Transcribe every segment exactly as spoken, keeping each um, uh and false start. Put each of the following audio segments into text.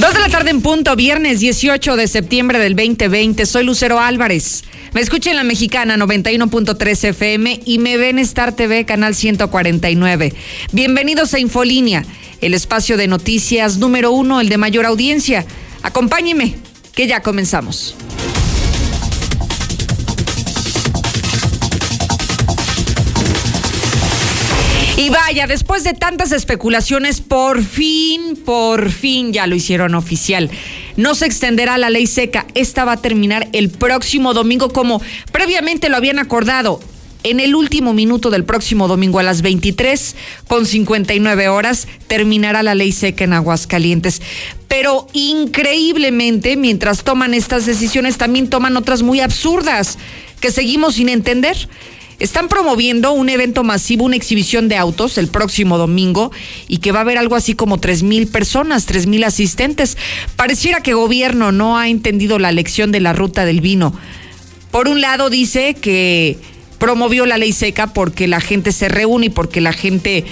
Dos de la tarde en punto, viernes dieciocho de septiembre del veinte veinte. Soy Lucero Álvarez. Me escucha en La Mexicana noventa y uno punto tres F M y me ven Star T V, canal ciento cuarenta y nueve. Bienvenidos a Infolínea, el espacio de noticias número uno, el de mayor audiencia. Acompáñeme, que ya comenzamos. Y vaya, después de tantas especulaciones, por fin, por fin ya lo hicieron oficial. No se extenderá la ley seca. Esta va a terminar el próximo domingo, como previamente lo habían acordado. En el último minuto del próximo domingo a las veintitrés con cincuenta y nueve horas terminará la ley seca en Aguascalientes. Pero increíblemente, mientras toman estas decisiones, también toman otras muy absurdas que seguimos sin entender. Están promoviendo un evento masivo, una exhibición de autos el próximo domingo y que va a haber algo así como tres mil personas, tres mil asistentes. Pareciera que gobierno no ha entendido la lección de la ruta del vino. Por un lado dice que promovió la ley seca porque la gente se reúne y porque la gente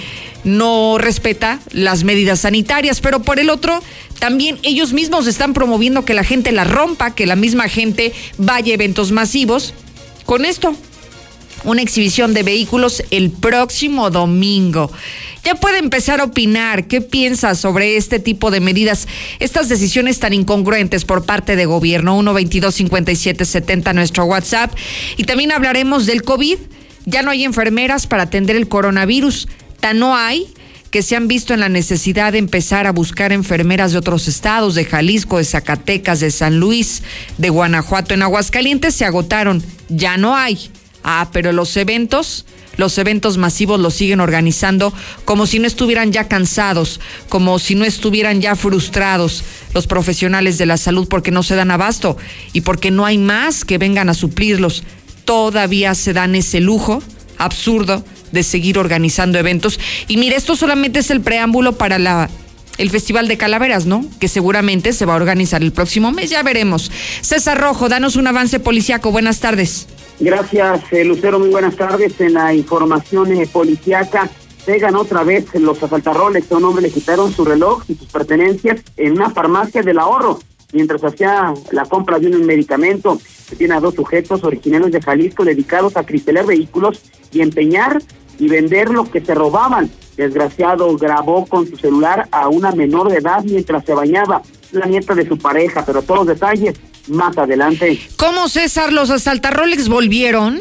no respeta las medidas sanitarias, pero por el otro también ellos mismos están promoviendo que la gente la rompa, que la misma gente vaya a eventos masivos con esto. Una exhibición de vehículos el próximo domingo. Ya puede empezar a opinar. ¿Qué piensa sobre este tipo de medidas? Estas decisiones tan incongruentes por parte de gobierno. uno veintidós cincuenta y siete setenta nuestro WhatsApp. Y también hablaremos del COVID. Ya no hay enfermeras para atender el coronavirus. Tan no hay que se han visto en la necesidad de empezar a buscar enfermeras de otros estados, de Jalisco, de Zacatecas, de San Luis, de Guanajuato. En Aguascalientes se agotaron. Ya no hay. Ah, pero los eventos, los eventos masivos los siguen organizando como si no estuvieran ya cansados, como si no estuvieran ya frustrados los profesionales de la salud porque no se dan abasto y porque no hay más que vengan a suplirlos. Todavía se dan ese lujo absurdo de seguir organizando eventos. Y mire, esto solamente es el preámbulo para la... el Festival de Calaveras, ¿no? Que seguramente se va a organizar el próximo mes, ya veremos. César Rojo, danos un avance policiaco. Buenas tardes. Gracias, eh, Lucero, muy buenas tardes. En la información eh, policiaca, pegan otra vez los asaltarroles. A un hombre le quitaron su reloj y sus pertenencias en una farmacia del ahorro, mientras hacía la compra de un medicamento. Se tiene a dos sujetos originarios de Jalisco dedicados a cristelar vehículos y empeñar y vender lo que se robaban. Desgraciado grabó con su celular a una menor de edad mientras se bañaba, la nieta de su pareja, pero todos los detalles más adelante. ¿Cómo, César, los asaltarrolex volvieron?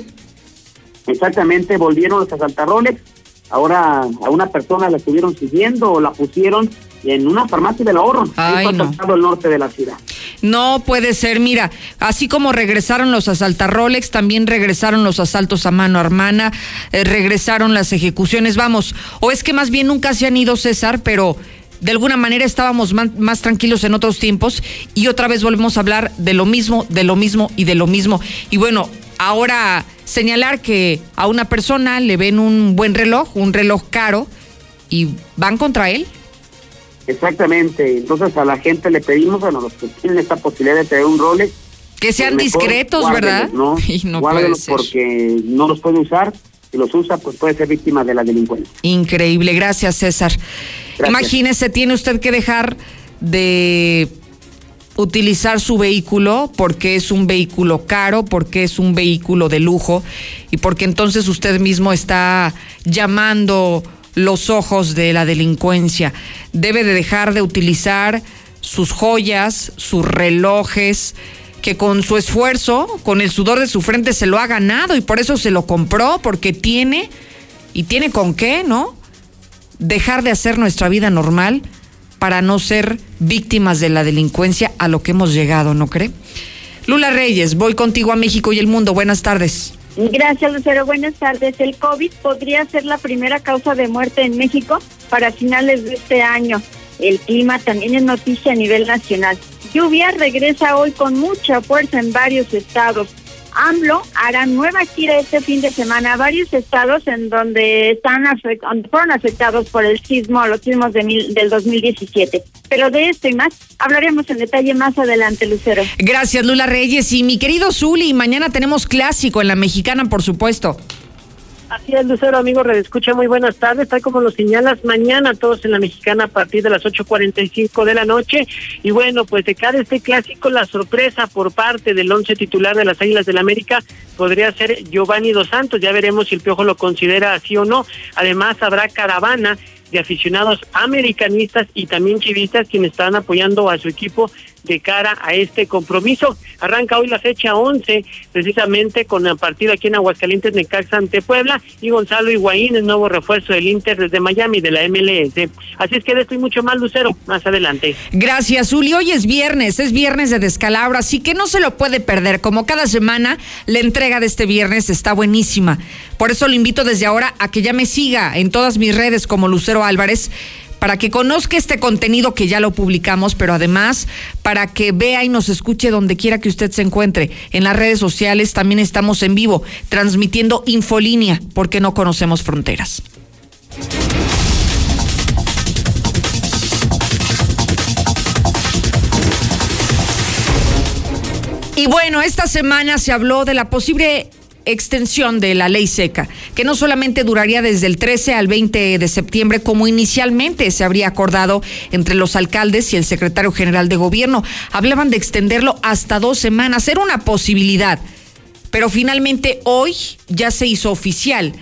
Exactamente, volvieron los asaltarrolex. Ahora a una persona la estuvieron siguiendo o la pusieron en una farmacia del ahorro. Ay, ahí no. Al norte de la ciudad. No puede ser, mira, así como regresaron los asaltarrolex, también regresaron los asaltos a mano armada, eh, regresaron las ejecuciones, vamos, o es que más bien nunca se han ido, César, pero de alguna manera estábamos más, más tranquilos en otros tiempos y otra vez volvemos a hablar de lo mismo, de lo mismo y de lo mismo. Y bueno, ahora señalar que a una persona le ven un buen reloj, un reloj caro, y van contra él. Exactamente, entonces a la gente le pedimos, bueno, los que tienen esta posibilidad de tener un Rolex, que sean pues discretos, ¿verdad? ¿No? Y no Guárdelos porque no los puede usar. Si los usa, pues puede ser víctima de la delincuencia. Increíble, gracias, César. Gracias. Imagínese, tiene usted que dejar de utilizar su vehículo porque es un vehículo caro, porque es un vehículo de lujo y porque entonces usted mismo está llamando los ojos de la delincuencia. Debe de dejar de utilizar sus joyas, sus relojes, que con su esfuerzo, con el sudor de su frente se lo ha ganado y por eso se lo compró, porque tiene, y tiene con qué, ¿no? Dejar de hacer nuestra vida normal para no ser víctimas de la delincuencia a lo que hemos llegado, ¿no cree? Lula Reyes, voy contigo a México y el mundo. Buenas tardes. Gracias, Lucero. Buenas tardes. El COVID podría ser la primera causa de muerte en México para finales de este año. El clima también es noticia a nivel nacional. Lluvia regresa hoy con mucha fuerza en varios estados. AMLO hará nueva gira este fin de semana a varios estados en donde están afect- fueron afectados por el sismo, los sismos de mil, del dos mil diecisiete. Pero de esto y más hablaremos en detalle más adelante, Lucero. Gracias, Lula Reyes. Y mi querido Zuli, mañana tenemos clásico en La Mexicana, por supuesto. Así es, Lucero, amigo redescucha, muy buenas tardes. Tal como lo señalas, mañana todos en la Mexicana a partir de las ocho cuarenta y cinco de la noche. Y bueno, pues de cara a este clásico, la sorpresa por parte del once titular de las Águilas del América podría ser Giovanni Dos Santos. Ya veremos si el Piojo lo considera así o no. Además, habrá caravana de aficionados americanistas y también chivistas quienes están apoyando a su equipo de cara a este compromiso. Arranca hoy la fecha once, precisamente con el partido aquí en Aguascalientes, Necaxa ante Puebla, y Gonzalo Higuaín, el nuevo refuerzo del Inter desde Miami, de la M L S. Así es que de esto y mucho más, Lucero, más adelante. Gracias, Zuli. Hoy es viernes, es viernes de descalabro, así que no se lo puede perder. Como cada semana, la entrega de este viernes está buenísima. Por eso lo invito desde ahora a que ya me siga en todas mis redes como Lucero Álvarez, para que conozca este contenido que ya lo publicamos, pero además para que vea y nos escuche donde quiera que usted se encuentre. En las redes sociales también estamos en vivo, transmitiendo Infolínea, porque no conocemos fronteras. Y bueno, esta semana se habló de la posible extensión de la ley seca, que no solamente duraría desde el trece al veinte de septiembre, como inicialmente se habría acordado entre los alcaldes y el secretario general de gobierno. Hablaban de extenderlo hasta dos semanas, era una posibilidad, pero finalmente hoy ya se hizo oficial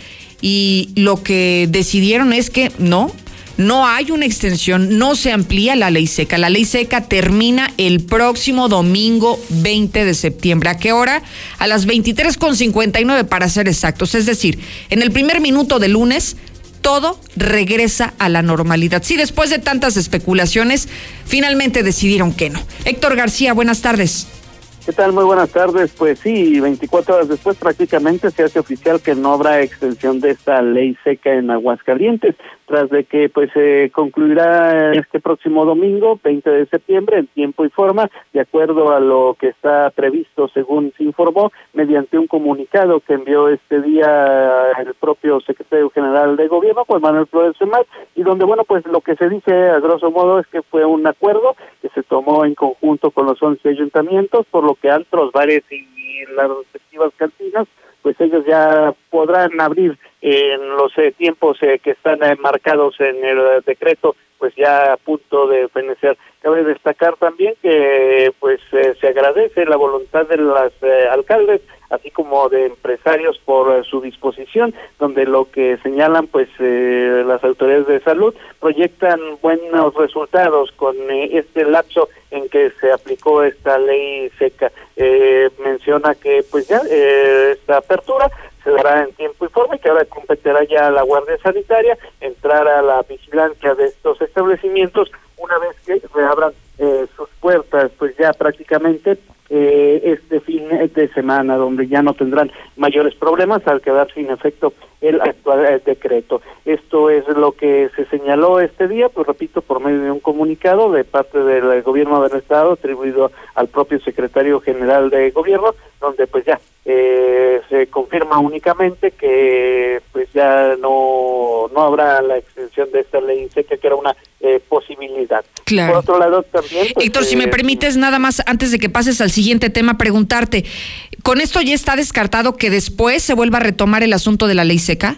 y lo que decidieron es que no, no hay una extensión, no se amplía la ley seca. La ley seca termina el próximo domingo veinte de septiembre. ¿A qué hora? A las veintitrés con cincuenta y nueve para ser exactos. Es decir, en el primer minuto de lunes, todo regresa a la normalidad. Sí, después de tantas especulaciones, finalmente decidieron que no. Héctor García, buenas tardes. ¿Qué tal? Muy buenas tardes. Pues sí, veinticuatro horas después prácticamente se hace oficial que no habrá extensión de esta ley seca en Aguascalientes, tras de que pues se eh, concluirá este próximo domingo, veinte de septiembre, en tiempo y forma, de acuerdo a lo que está previsto, según se informó, mediante un comunicado que envió este día el propio secretario general de gobierno, Juan Manuel Flores Semar, y donde, bueno, pues lo que se dice a grosso modo es que fue un acuerdo que se tomó en conjunto con los once ayuntamientos, por lo que antros, bares y las respectivas cantinas, pues ellos ya podrán abrir en los eh, tiempos eh, que están eh, marcados en el eh, decreto, pues ya a punto de fenecer. Cabe destacar también que pues eh, se agradece la voluntad de los eh, alcaldes, así como de empresarios por eh, su disposición, donde lo que señalan pues eh, las autoridades de salud proyectan buenos resultados con eh, este lapso en que se aplicó esta ley seca. Eh, menciona que pues ya eh, esta apertura se dará en tiempo y forma y que ahora competirá ya a la Guardia Sanitaria entrar a la vigilancia de estos establecimientos una vez que reabran eh, sus puertas, pues ya prácticamente eh, este fin de semana, donde ya no tendrán mayores problemas al quedar sin efecto el actual eh, decreto. Esto es lo que se señaló este día, pues repito, por medio de un comunicado de parte del gobierno del estado atribuido al propio secretario general de gobierno, donde pues ya eh, se confirma únicamente que pues ya no no habrá la extensión de esta ley seca, que era una eh, posibilidad. Claro. Por otro lado también pues, Héctor, eh, si me permites nada más antes de que pases al siguiente tema, preguntarte, ¿con esto ya está descartado que después se vuelva a retomar el asunto de la ley seca?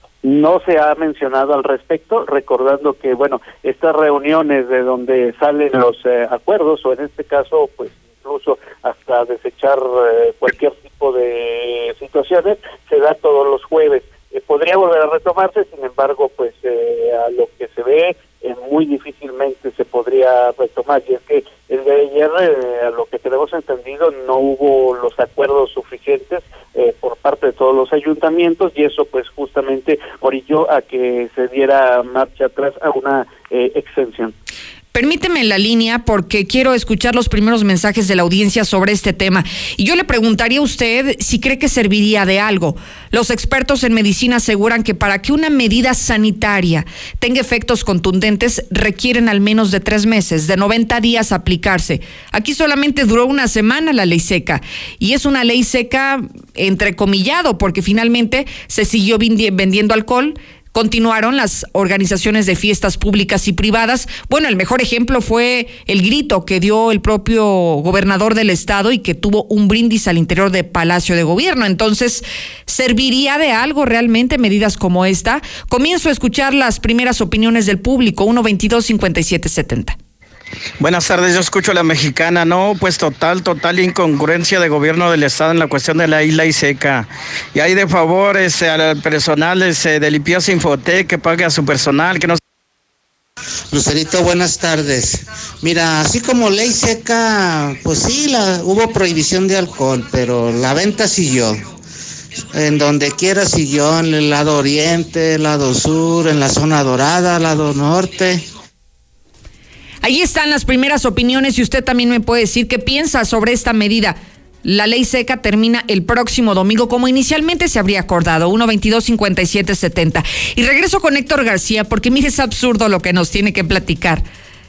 No se ha mencionado al respecto, recordando que, bueno, estas reuniones de donde salen los eh, acuerdos, o en este caso, pues incluso hasta desechar eh, cualquier tipo de situaciones, se da todos los jueves. Eh, podría volver a retomarse, sin embargo, pues eh, a lo que se ve, eh, muy difícilmente se podría retomar, y es que el de ayer, eh, a lo que tenemos entendido, no hubo los acuerdos suficientes eh, por parte de todos los ayuntamientos, y eso pues justamente orilló a que se diera marcha atrás a una eh, extensión. Permíteme en la línea porque quiero escuchar los primeros mensajes de la audiencia sobre este tema. Y yo le preguntaría a usted si cree que serviría de algo. Los expertos en medicina aseguran que para que una medida sanitaria tenga efectos contundentes requieren al menos de tres meses, de noventa días aplicarse. Aquí solamente duró una semana la ley seca. Y es una ley seca entrecomillado porque finalmente se siguió vendiendo alcohol Continuaron las organizaciones de fiestas públicas y privadas. Bueno, el mejor ejemplo fue el grito que dio el propio gobernador del estado y que tuvo un brindis al interior de Palacio de Gobierno. Entonces, ¿serviría de algo realmente medidas como esta? Comienzo a escuchar las primeras opiniones del público. uno veintidós cincuenta y siete setenta. Buenas tardes, yo escucho a la mexicana. No, pues total, total incongruencia de gobierno del estado en la cuestión de la ley seca. Y hay de favor este, al personal este, de limpieza Infotec que pague a su personal, que no... Lucerito, buenas tardes. Mira, así como ley seca, pues sí, la, hubo prohibición de alcohol, pero la venta siguió. En donde quiera siguió, en el lado oriente, el lado sur, en la zona dorada, lado norte. Ahí están las primeras opiniones y usted también me puede decir qué piensa sobre esta medida. La ley seca termina el próximo domingo como inicialmente se habría acordado, uno veintidós cincuenta y siete setenta. Y regreso con Héctor García porque mire, es absurdo lo que nos tiene que platicar.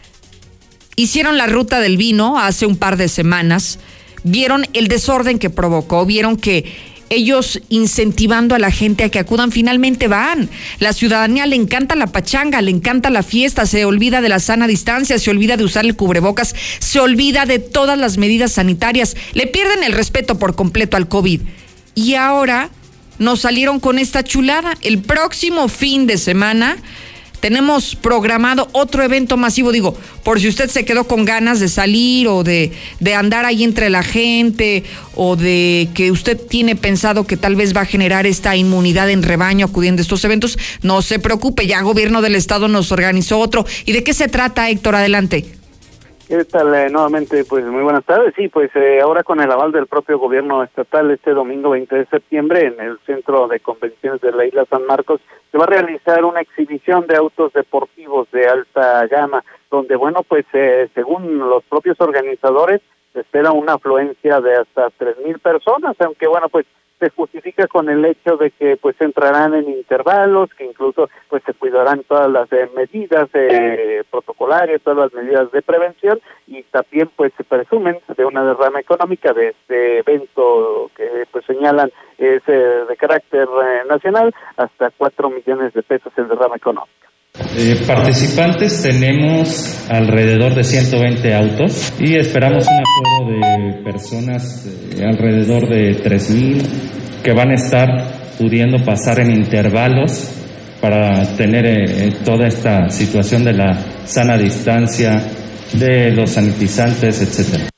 Hicieron la ruta del vino hace un par de semanas, vieron el desorden que provocó, vieron que ellos incentivando a la gente a que acudan, finalmente van. La ciudadanía le encanta la pachanga, le encanta la fiesta, se olvida de la sana distancia, se olvida de usar el cubrebocas, se olvida de todas las medidas sanitarias, le pierden el respeto por completo al COVID. Y ahora nos salieron con esta chulada. El próximo fin de semana tenemos programado otro evento masivo, digo, por si usted se quedó con ganas de salir o de, de andar ahí entre la gente o de que usted tiene pensado que tal vez va a generar esta inmunidad en rebaño acudiendo a estos eventos, no se preocupe, ya Gobierno del Estado nos organizó otro. ¿Y de qué se trata, Héctor? Adelante. ¿Qué tal? Eh, nuevamente, pues muy buenas tardes. Sí, pues eh, ahora con el aval del propio gobierno estatal, este domingo veinte de septiembre, en el Centro de Convenciones de la Isla San Marcos, se va a realizar una exhibición de autos deportivos de alta gama, donde, bueno, pues eh, según los propios organizadores, se espera una afluencia de hasta tres mil personas, aunque, bueno, pues se justifica con el hecho de que pues entrarán en intervalos, que incluso pues se cuidarán todas las eh, medidas eh, protocolarias, todas las medidas de prevención, y también pues se presumen de una derrama económica de este evento que pues señalan es eh, de carácter eh, nacional, hasta cuatro millones de pesos en derrama económica. Eh, participantes tenemos alrededor de ciento veinte autos y esperamos un aforo de personas eh, alrededor de tres mil que van a estar pudiendo pasar en intervalos para tener eh, toda esta situación de la sana distancia, de los sanitizantes, etcétera.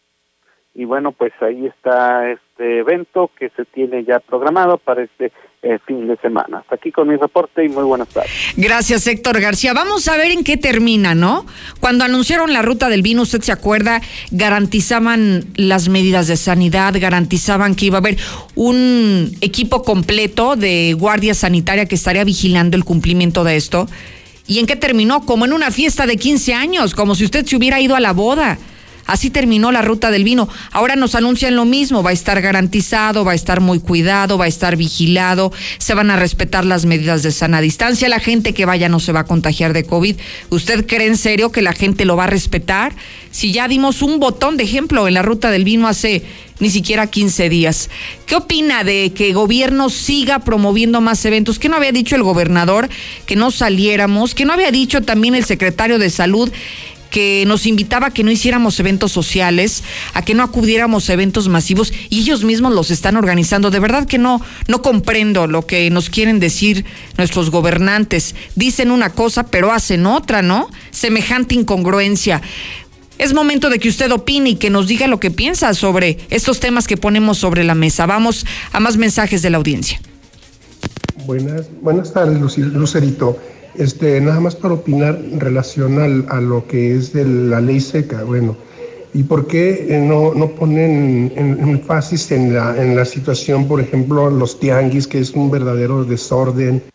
Y bueno, pues ahí está este evento que se tiene ya programado para este eh, fin de semana. Hasta aquí con mi reporte y muy buenas tardes. Gracias, Héctor García. Vamos a ver en qué termina, ¿no? Cuando anunciaron la ruta del vino, usted se acuerda, garantizaban las medidas de sanidad, garantizaban que iba a haber un equipo completo de guardia sanitaria que estaría vigilando el cumplimiento de esto. ¿Y en qué terminó? Como en una fiesta de quince años, como si usted se hubiera ido a la boda. Así terminó la ruta del vino. Ahora nos anuncian lo mismo, va a estar garantizado, va a estar muy cuidado, va a estar vigilado, se van a respetar las medidas de sana distancia, la gente que vaya no se va a contagiar de COVID. ¿Usted cree en serio que la gente lo va a respetar? Si ya dimos un botón de ejemplo en la ruta del vino hace ni siquiera quince días. ¿Qué opina de que el gobierno siga promoviendo más eventos? ¿Qué no había dicho el gobernador que no saliéramos? ¿Qué no había dicho también el secretario de Salud que nos invitaba a que no hiciéramos eventos sociales, a que no acudiéramos a eventos masivos, y ellos mismos los están organizando? De verdad que no, no comprendo lo que nos quieren decir nuestros gobernantes. Dicen una cosa, pero hacen otra, ¿no? Semejante incongruencia. Es momento de que usted opine y que nos diga lo que piensa sobre estos temas que ponemos sobre la mesa. Vamos a más mensajes de la audiencia. Buenas, buenas tardes, Lucerito. Este, nada más para opinar en relación al, a lo que es de la ley seca. Bueno, ¿y por qué no, no ponen en, en énfasis en la, en la situación, por ejemplo, los tianguis, que es un verdadero desorden?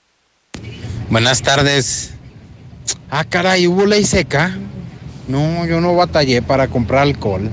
Buenas tardes. Ah, caray, ¿hubo ley seca? No, yo no batallé para comprar alcohol.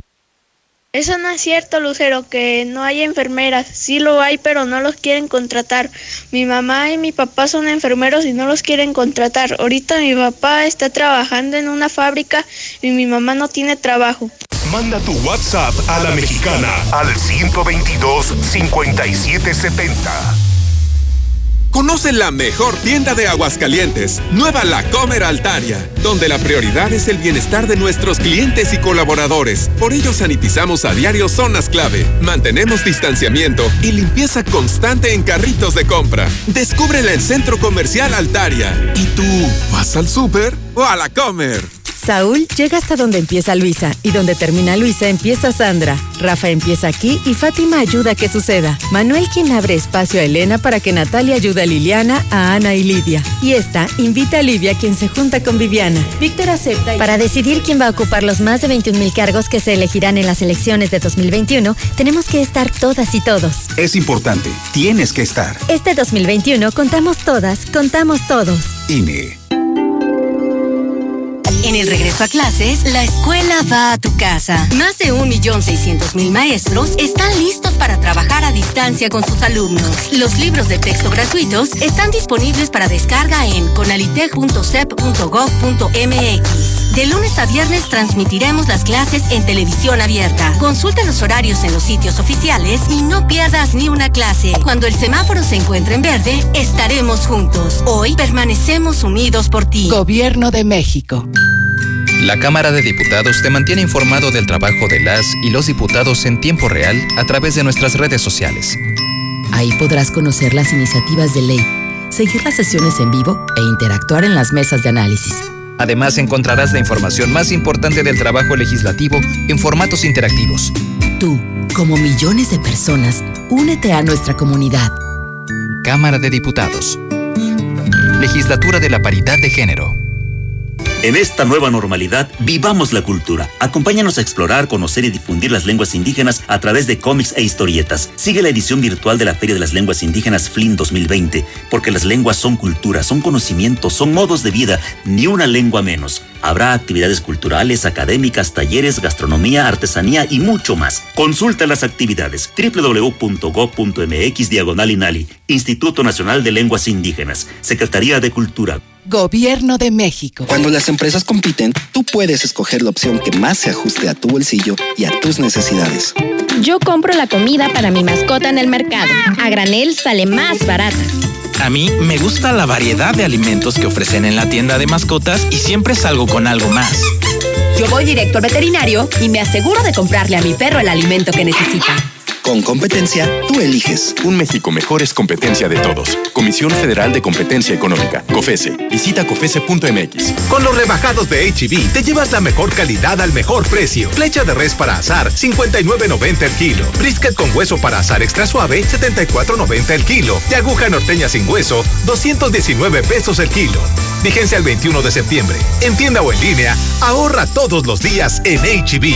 Eso no es cierto, Lucero, que no hay enfermeras. Sí lo hay, pero no los quieren contratar. Mi mamá y mi papá son enfermeros y no los quieren contratar. Ahorita mi papá está trabajando en una fábrica y mi mamá no tiene trabajo. Manda tu WhatsApp a la mexicana al ciento veintidós, cincuenta y siete setenta. Conoce la mejor tienda de Aguascalientes, Nueva La Comer Altaria, donde la prioridad es el bienestar de nuestros clientes y colaboradores. Por ello sanitizamos a diario zonas clave, mantenemos distanciamiento y limpieza constante en carritos de compra. Descúbrela en Centro Comercial Altaria. ¿Y tú, vas al súper o a La Comer? Saúl llega hasta donde empieza Luisa y donde termina Luisa empieza Sandra. Rafa empieza aquí y Fátima ayuda a que suceda. Manuel quien abre espacio a Elena para que Natalia ayude a Liliana, a Ana y Lidia. Y esta invita a Livia quien se junta con Viviana. Víctor acepta y... Para decidir quién va a ocupar los más de veintiún mil cargos que se elegirán en las elecciones de dos mil veintiuno, tenemos que estar todas y todos. Es importante, tienes que estar. Este dos mil veintiuno contamos todas, contamos todos. I N E. En el regreso a clases, la escuela va a tu casa. Más de un millón seiscientos mil maestros están listos para trabajar a distancia con sus alumnos. Los libros de texto gratuitos están disponibles para descarga en conalitec punto sep punto gov punto mx. De lunes a viernes transmitiremos las clases en televisión abierta. Consulta los horarios en los sitios oficiales y no pierdas ni una clase. Cuando el semáforo se encuentre en verde, estaremos juntos. Hoy permanecemos unidos por ti. Gobierno de México. La Cámara de Diputados te mantiene informado del trabajo de las y los diputados en tiempo real a través de nuestras redes sociales. Ahí podrás conocer las iniciativas de ley, seguir las sesiones en vivo e interactuar en las mesas de análisis. Además, encontrarás la información más importante del trabajo legislativo en formatos interactivos. Tú, como millones de personas, únete a nuestra comunidad. Cámara de Diputados. Legislatura de la Paridad de Género. En esta nueva normalidad, vivamos la cultura. Acompáñanos a explorar, conocer y difundir las lenguas indígenas a través de cómics e historietas. Sigue la edición virtual de la Feria de las Lenguas Indígenas F L I N dos mil veinte, porque las lenguas son cultura, son conocimientos, son modos de vida, ni una lengua menos. Habrá actividades culturales, académicas, talleres, gastronomía, artesanía y mucho más. Consulta las actividades doble u doble u doble u punto gob punto mx diagonal INALI, Instituto Nacional de Lenguas Indígenas, Secretaría de Cultura. Gobierno de México. Cuando las empresas compiten, tú puedes escoger la opción que más se ajuste a tu bolsillo y a tus necesidades. Yo compro la comida para mi mascota en el mercado. A granel sale más barata. A mí me gusta la variedad de alimentos que ofrecen en la tienda de mascotas y siempre salgo con algo más. Yo voy directo al veterinario y me aseguro de comprarle a mi perro el alimento que necesita. Con competencia, tú eliges. Un México mejor es competencia de todos. Comisión Federal de Competencia Económica, COFESE. Visita cofese punto mx. Con los rebajados de H E B, te llevas la mejor calidad al mejor precio. Flecha de res para asar, cincuenta y nueve noventa el kilo. Brisket con hueso para asar extra suave, setenta y cuatro noventa el kilo. De aguja norteña sin hueso, doscientos diecinueve pesos el kilo. Vigencia el veintiuno de septiembre. En tienda o en línea, ahorra todos los días en H E B.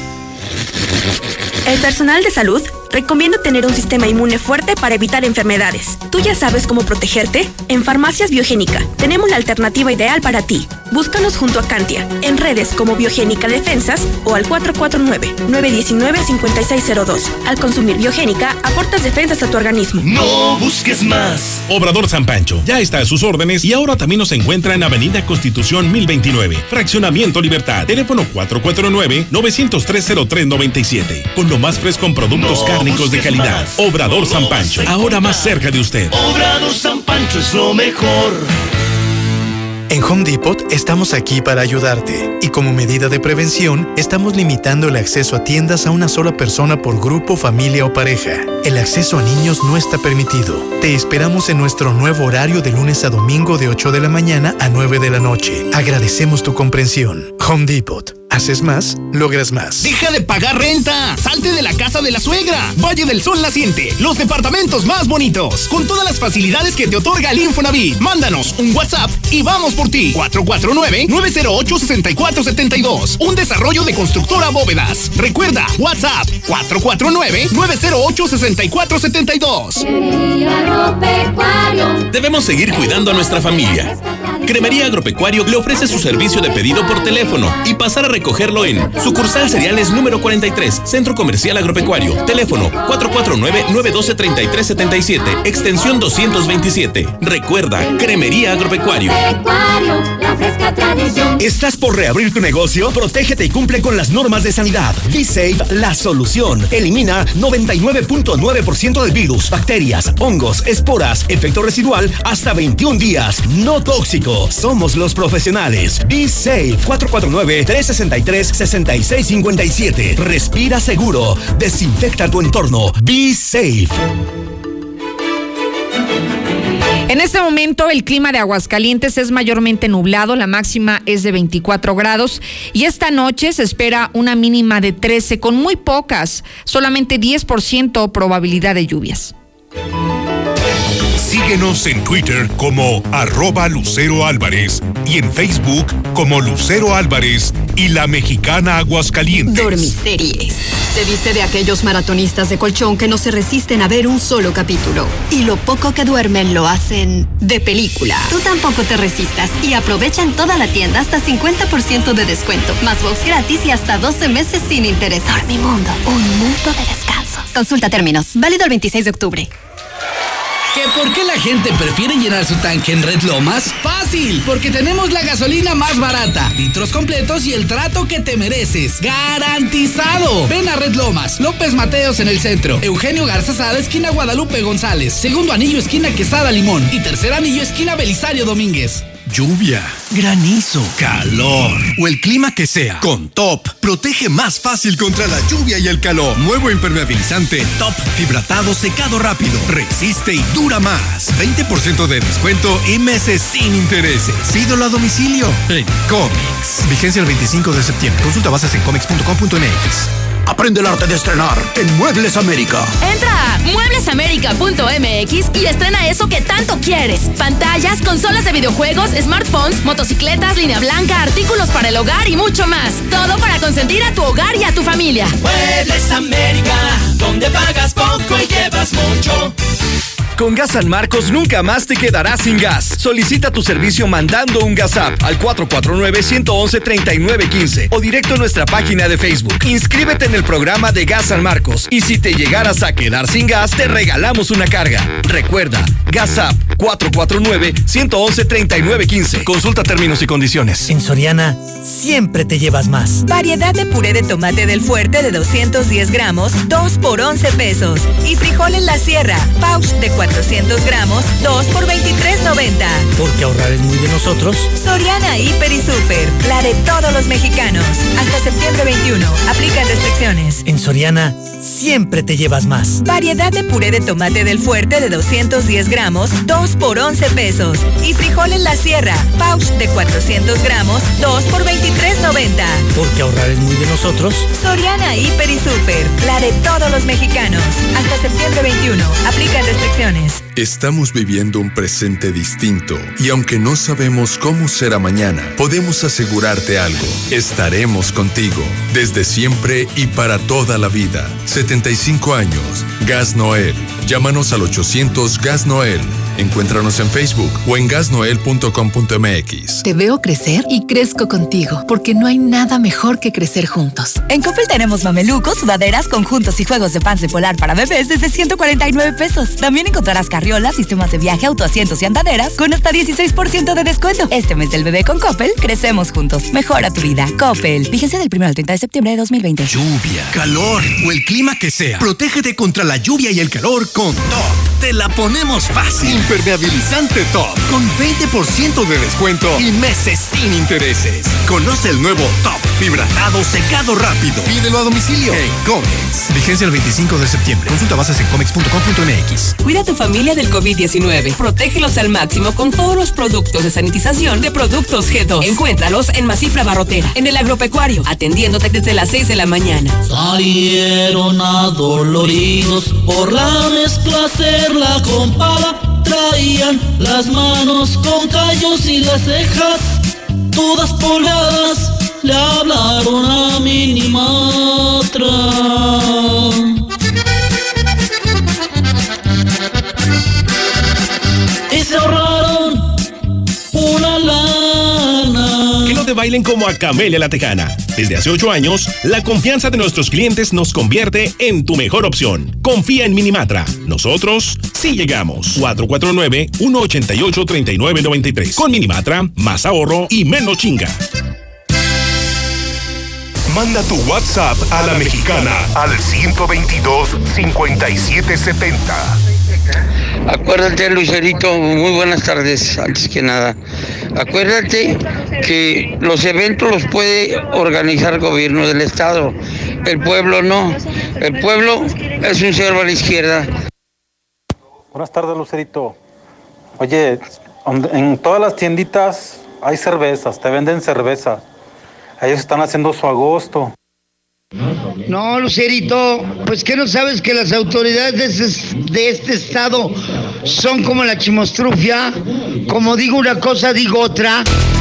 El personal de salud recomienda tener un sistema inmune fuerte para evitar enfermedades. ¿Tú ya sabes cómo protegerte? En Farmacias Biogénica tenemos la alternativa ideal para ti. Búscanos junto a Cantia, en redes como Biogénica Defensas o al cuatro cuatro nueve, nueve uno nueve, cinco seis cero dos. Al consumir Biogénica, aportas defensas a tu organismo. No busques más. Obrador San Pancho ya está a sus órdenes y ahora también nos encuentra en Avenida Constitución mil veintinueve, Fraccionamiento Libertad. Teléfono cuatro cuatro nueve, nueve cero tres, cero tres nueve siete. Con lo más fresco en productos no cárnicos de calidad. Más. Obrador no San Pancho, ahora más cerca de usted. Obrador San Pancho es lo mejor. En Home Depot estamos aquí para ayudarte y como medida de prevención estamos limitando el acceso a tiendas a una sola persona por grupo, familia o pareja. El acceso a niños no está permitido. Te esperamos en nuestro nuevo horario de lunes a domingo de ocho de la mañana a nueve de la noche. Agradecemos tu comprensión. Home Depot. Haces más, logras más. ¡Deja de pagar renta! ¡Salte de la casa de la suegra! Valle del Sol Naciente, los departamentos más bonitos, con todas las facilidades que te otorga el Infonavit. Mándanos un WhatsApp y vamos por ti. cuatro cuatro nueve, nueve cero ocho, seis cuatro siete dos. Un desarrollo de Constructora Bóvedas. Recuerda, WhatsApp cuatro cuatro nueve, nueve cero ocho, seis cuatro siete dos. Debemos seguir cuidando a nuestra familia. Cremería Agropecuario le ofrece su servicio de pedido por teléfono y pasar a recogerlo en sucursal Cereales número cuarenta y tres, Centro Comercial Agropecuario. Teléfono cuatro cuatro nueve, nueve uno dos, tres tres siete siete, extensión doscientos veintisiete. Recuerda, Cremería Agropecuario. La fresca tradición. ¿Estás por reabrir tu negocio? Protégete y cumple con las normas de sanidad. B-Safe, la solución. Elimina noventa y nueve punto nueve por ciento del virus, bacterias, hongos, esporas, efecto residual hasta veintiún días. No tóxico. Somos los profesionales. B-Safe, cuatro cuatro nueve, tres seis tres, seis seis cinco siete. Respira seguro. Desinfecta tu entorno. B-Safe. En este momento el clima de Aguascalientes es mayormente nublado, la máxima es de veinticuatro grados y esta noche se espera una mínima de trece con muy pocas, solamente diez por ciento probabilidad de lluvias. Síguenos en Twitter como arroba Lucero Álvarez y en Facebook como Lucero Álvarez y La Mexicana Aguascalientes. Dormiseries. Se dice de aquellos maratonistas de colchón que no se resisten a ver un solo capítulo. Y lo poco que duermen lo hacen de película. Tú tampoco te resistas y aprovecha en toda la tienda hasta cincuenta por ciento de descuento, más box gratis y hasta doce meses sin intereses. Dormimundo, un mundo de descansos. Consulta términos. Válido el veintiséis de octubre. ¿Que por qué la gente prefiere llenar su tanque en Red Lomas? ¡Fácil! Porque tenemos la gasolina más barata, litros completos y el trato que te mereces. ¡Garantizado! Ven a Red Lomas, López Mateos en el centro, Eugenio Garza Sada, esquina Guadalupe González, segundo anillo, esquina Quesada Limón y tercer anillo, esquina Belisario Domínguez. Lluvia, granizo, calor o el clima que sea. Con Top, protege más fácil contra la lluvia y el calor. Nuevo impermeabilizante Top Fibratado secado rápido. Resiste y dura más. veinte por ciento de descuento y meses sin intereses. Pídelo a domicilio en Comex. Vigencia el veinticinco de septiembre. Consulta bases en comex punto com punto m x. Aprende el arte de estrenar en Muebles América. Entra a muebles américa punto m x y estrena eso que tanto quieres. Pantallas, consolas de videojuegos, smartphones, motocicletas, línea blanca, artículos para el hogar y mucho más. Todo para consentir a tu hogar y a tu familia. Muebles América, donde pagas poco y llevas mucho. Con Gas San Marcos nunca más te quedarás sin gas. Solicita tu servicio mandando un GasApp al cuatro cuatro nueve, uno uno uno, tres nueve uno cinco o directo en nuestra página de Facebook. Inscríbete en el programa de Gas San Marcos y si te llegaras a quedar sin gas, te regalamos una carga. Recuerda, GasApp cuatro cuatro nueve, uno uno uno, tres nueve uno cinco. Consulta términos y condiciones. En Soriana, siempre te llevas más. Variedad de puré de tomate del Fuerte de doscientos diez gramos, dos por once pesos. Y frijol en la Sierra, pouch de cuatrocientos gramos, dos por veintitrés noventa. Porque ahorrar es muy de nosotros. Soriana Hiper y Super, la de todos los mexicanos. Hasta septiembre veintiuno, aplican restricciones. En Soriana, siempre te llevas más. Variedad de puré de tomate del Fuerte de doscientos diez gramos, dos por once pesos. Y frijol en la Sierra, pouch de cuatrocientos gramos, dos por veintitrés noventa. Porque ahorrar es muy de nosotros. Soriana Hiper y Super, la de todos los mexicanos. Hasta septiembre veintiuno, aplican restricciones. Estamos viviendo un presente distinto y aunque no sabemos cómo será mañana, podemos asegurarte algo. Estaremos contigo desde siempre y para toda la vida. setenta y cinco años. Gas Noel. Llámanos al ochocientos Gas Noel. Encuéntranos en Facebook o en gas noel punto com punto m x. Te veo crecer y crezco contigo, porque no hay nada mejor que crecer juntos. En Coppel tenemos mamelucos, sudaderas, conjuntos y juegos de pants de polar para bebés desde ciento cuarenta y nueve pesos. También encontrarás carriolas, sistemas de viaje, autoasientos y andaderas con hasta dieciséis por ciento de descuento. Este mes del bebé con Coppel, crecemos juntos. Mejora tu vida. Coppel. Vigencia del primero al treinta de septiembre de dos mil veinte. Lluvia, calor o el clima que sea. Protégete contra la lluvia y el calor con Top. Te la ponemos fácil. Impermeabilizante Top con veinte por ciento de descuento y meses sin intereses. Conoce el nuevo Top Fibratado secado rápido. Pídelo a domicilio en Comex. Vigencia el veinticinco de septiembre. Consulta bases en comex punto com punto m x. Cuida a tu familia del COVID diecinueve. Protégelos al máximo con todos los productos de sanitización de Productos G dos. Encuéntralos en Masifra Barrotera, en el Agropecuario, atendiéndote desde las seis de la mañana. Salieron adoloridos por la mezcla hacerla con pava. Traían las manos con callos y las cejas todas pobladas. Le hablaron a Minimatra y se ahorraron una lana. bailen como a Camelia la Tejana. Desde hace ocho años, la confianza de nuestros clientes nos convierte en tu mejor opción. Confía en Minimatra. Nosotros sí llegamos. cuatro cuatro nueve, uno ocho ocho, tres nueve nueve tres. Con Minimatra, más ahorro y menos chinga. Manda tu WhatsApp a la mexicana al ciento veintidós, cincuenta y siete setenta. Acuérdate, Lucerito, muy buenas tardes, antes que nada. Acuérdate que los eventos los puede organizar el gobierno del estado, el pueblo no. El pueblo es un cero a la izquierda. Buenas tardes, Lucerito. Oye, en todas las tienditas hay cervezas, te venden cerveza. Ellos están haciendo su agosto. No, Lucerito, pues que no sabes que las autoridades de este, de este estado son como la chimostrufia. Como digo una cosa, digo otra.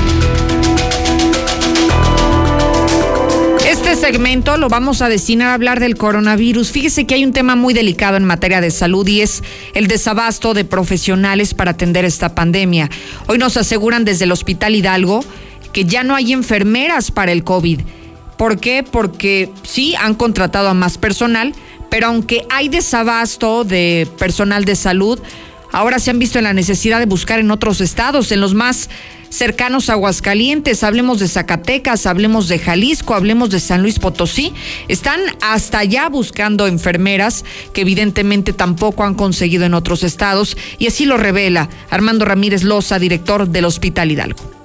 Este segmento lo vamos a destinar a hablar del coronavirus. Fíjese que hay un tema muy delicado en materia de salud y es el desabasto de profesionales para atender esta pandemia. Hoy nos aseguran desde el Hospital Hidalgo que ya no hay enfermeras para el COVID. ¿Por qué? Porque sí, han contratado a más personal, pero aunque hay desabasto de personal de salud, ahora se han visto en la necesidad de buscar en otros estados, en los más cercanos a Aguascalientes. Hablemos de Zacatecas, hablemos de Jalisco, hablemos de San Luis Potosí. Están hasta allá buscando enfermeras que evidentemente tampoco han conseguido en otros estados, y así lo revela Armando Ramírez Loza, director del Hospital Hidalgo.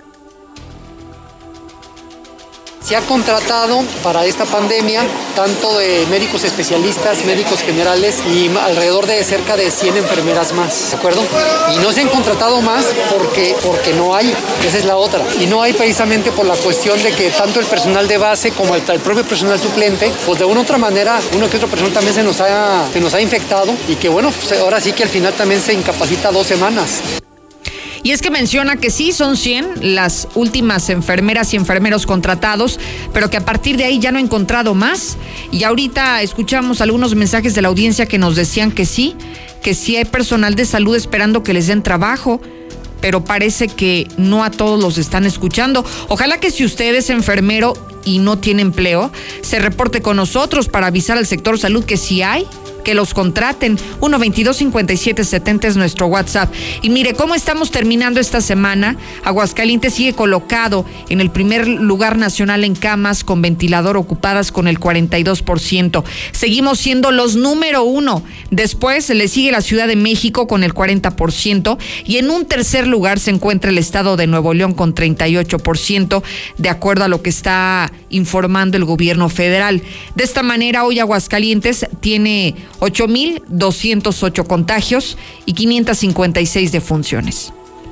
Se ha contratado para esta pandemia tanto de médicos especialistas, médicos generales y alrededor de cerca de cien enfermeras más, ¿de acuerdo? Y no se han contratado más porque, porque no hay, esa es la otra. Y no hay precisamente por la cuestión de que tanto el personal de base como el, el propio personal suplente, pues de una u otra manera, uno que otro personal también se nos ha, se nos ha infectado y que bueno, pues ahora sí que al final también se incapacita dos semanas. Y es que menciona que sí, son cien las últimas enfermeras y enfermeros contratados, pero que a partir de ahí ya no ha encontrado más. Y ahorita escuchamos algunos mensajes de la audiencia que nos decían que sí, que sí hay personal de salud esperando que les den trabajo, pero parece que no a todos los están escuchando. Ojalá que si usted es enfermero y no tiene empleo, se reporte con nosotros para avisar al sector salud que sí hay, que los contraten. uno veintidós, cincuenta y siete setenta es nuestro WhatsApp. Y mire cómo estamos terminando esta semana. Aguascalientes sigue colocado en el primer lugar nacional en camas con ventilador ocupadas con el cuarenta y dos por ciento. Seguimos siendo los número uno. Después le sigue la Ciudad de México con el cuarenta por ciento y en un tercer lugar se encuentra el estado de Nuevo León con treinta y ocho por ciento, de acuerdo a lo que está informando el gobierno federal. De esta manera, hoy Aguascalientes tiene ocho mil doscientos ocho contagios y quinientas cincuenta y seis defunciones.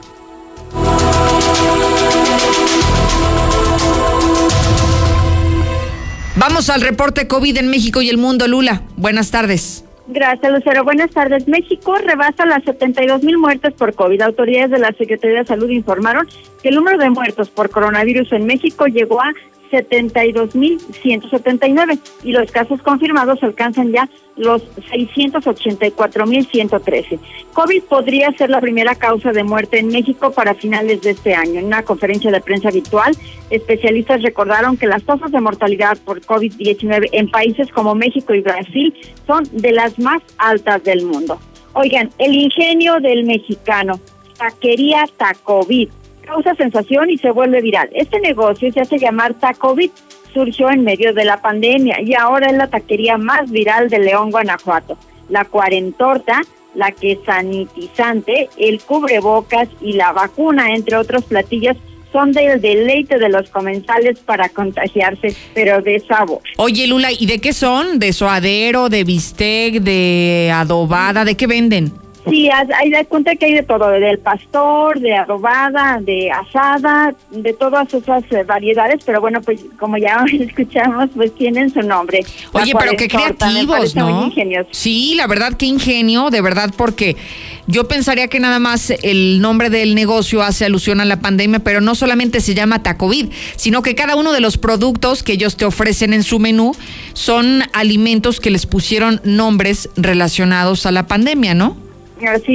Vamos al reporte COVID en México y el mundo. Lula, buenas tardes. Gracias, Lucero. Buenas tardes. México rebasa las setenta y dos mil muertes por COVID. Autoridades de la Secretaría de Salud informaron que el número de muertos por coronavirus en México llegó a setenta y dos mil ciento setenta y nueve y los casos confirmados alcanzan ya los seiscientos ochenta y cuatro mil ciento trece. COVID podría ser la primera causa de muerte en México para finales de este año. En una conferencia de prensa virtual, especialistas recordaron que las tasas de mortalidad por COVID diecinueve en países como México y Brasil son de las más altas del mundo. Oigan, el ingenio del mexicano, taquería Tacovid, causa sensación y se vuelve viral. Este negocio se hace llamar Tacovid, surgió en medio de la pandemia y ahora es la taquería más viral de León, Guanajuato. La cuarentorta, la quesanitizante, el cubrebocas y la vacuna, entre otros platillos, son del deleite de los comensales para contagiarse, pero de sabor. Oye, Lula, ¿y de qué son? ¿De suadero, de bistec, de adobada? ¿De qué venden? Sí, hay de cuenta que hay de todo, del pastor, de adobada, de asada, de todas esas eh, variedades, pero bueno, pues como ya escuchamos, pues tienen su nombre. Oye, pero qué creativos, ¿no? Sí, la verdad, qué ingenio, de verdad, porque yo pensaría que nada más el nombre del negocio hace alusión a la pandemia, pero no solamente se llama Tacovid, sino que cada uno de los productos que ellos te ofrecen en su menú son alimentos que les pusieron nombres relacionados a la pandemia, ¿no? Así es,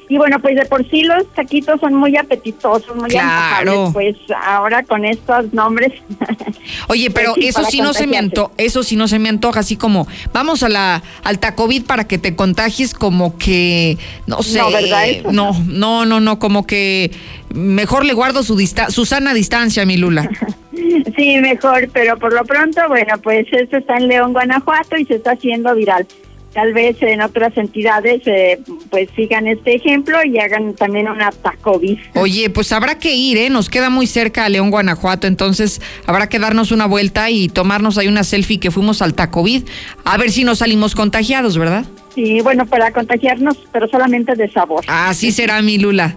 Y bueno, pues de por sí los taquitos son muy apetitosos, muy claro. antojables, pues ahora con estos nombres. Oye, pero pues sí, eso sí no se me antoja, eso sí no se me antoja, así como vamos a la al Tacovid para que te contagies, como que no sé, no, ¿verdad? Eso no, no, no, no, como que mejor le guardo su dista- su sana distancia, mi Lula. Sí, mejor, pero por lo pronto, bueno, pues esto está en León, Guanajuato y se está haciendo viral. Tal vez en otras entidades eh, pues sigan este ejemplo y hagan también una Tacovid. Oye, pues habrá que ir, ¿eh? Nos queda muy cerca a León, Guanajuato, entonces habrá que darnos una vuelta y tomarnos ahí una selfie que fuimos al Tacovid, a ver si no salimos contagiados, ¿verdad? Sí, bueno, para contagiarnos, pero solamente de sabor. Así será, mi Lula.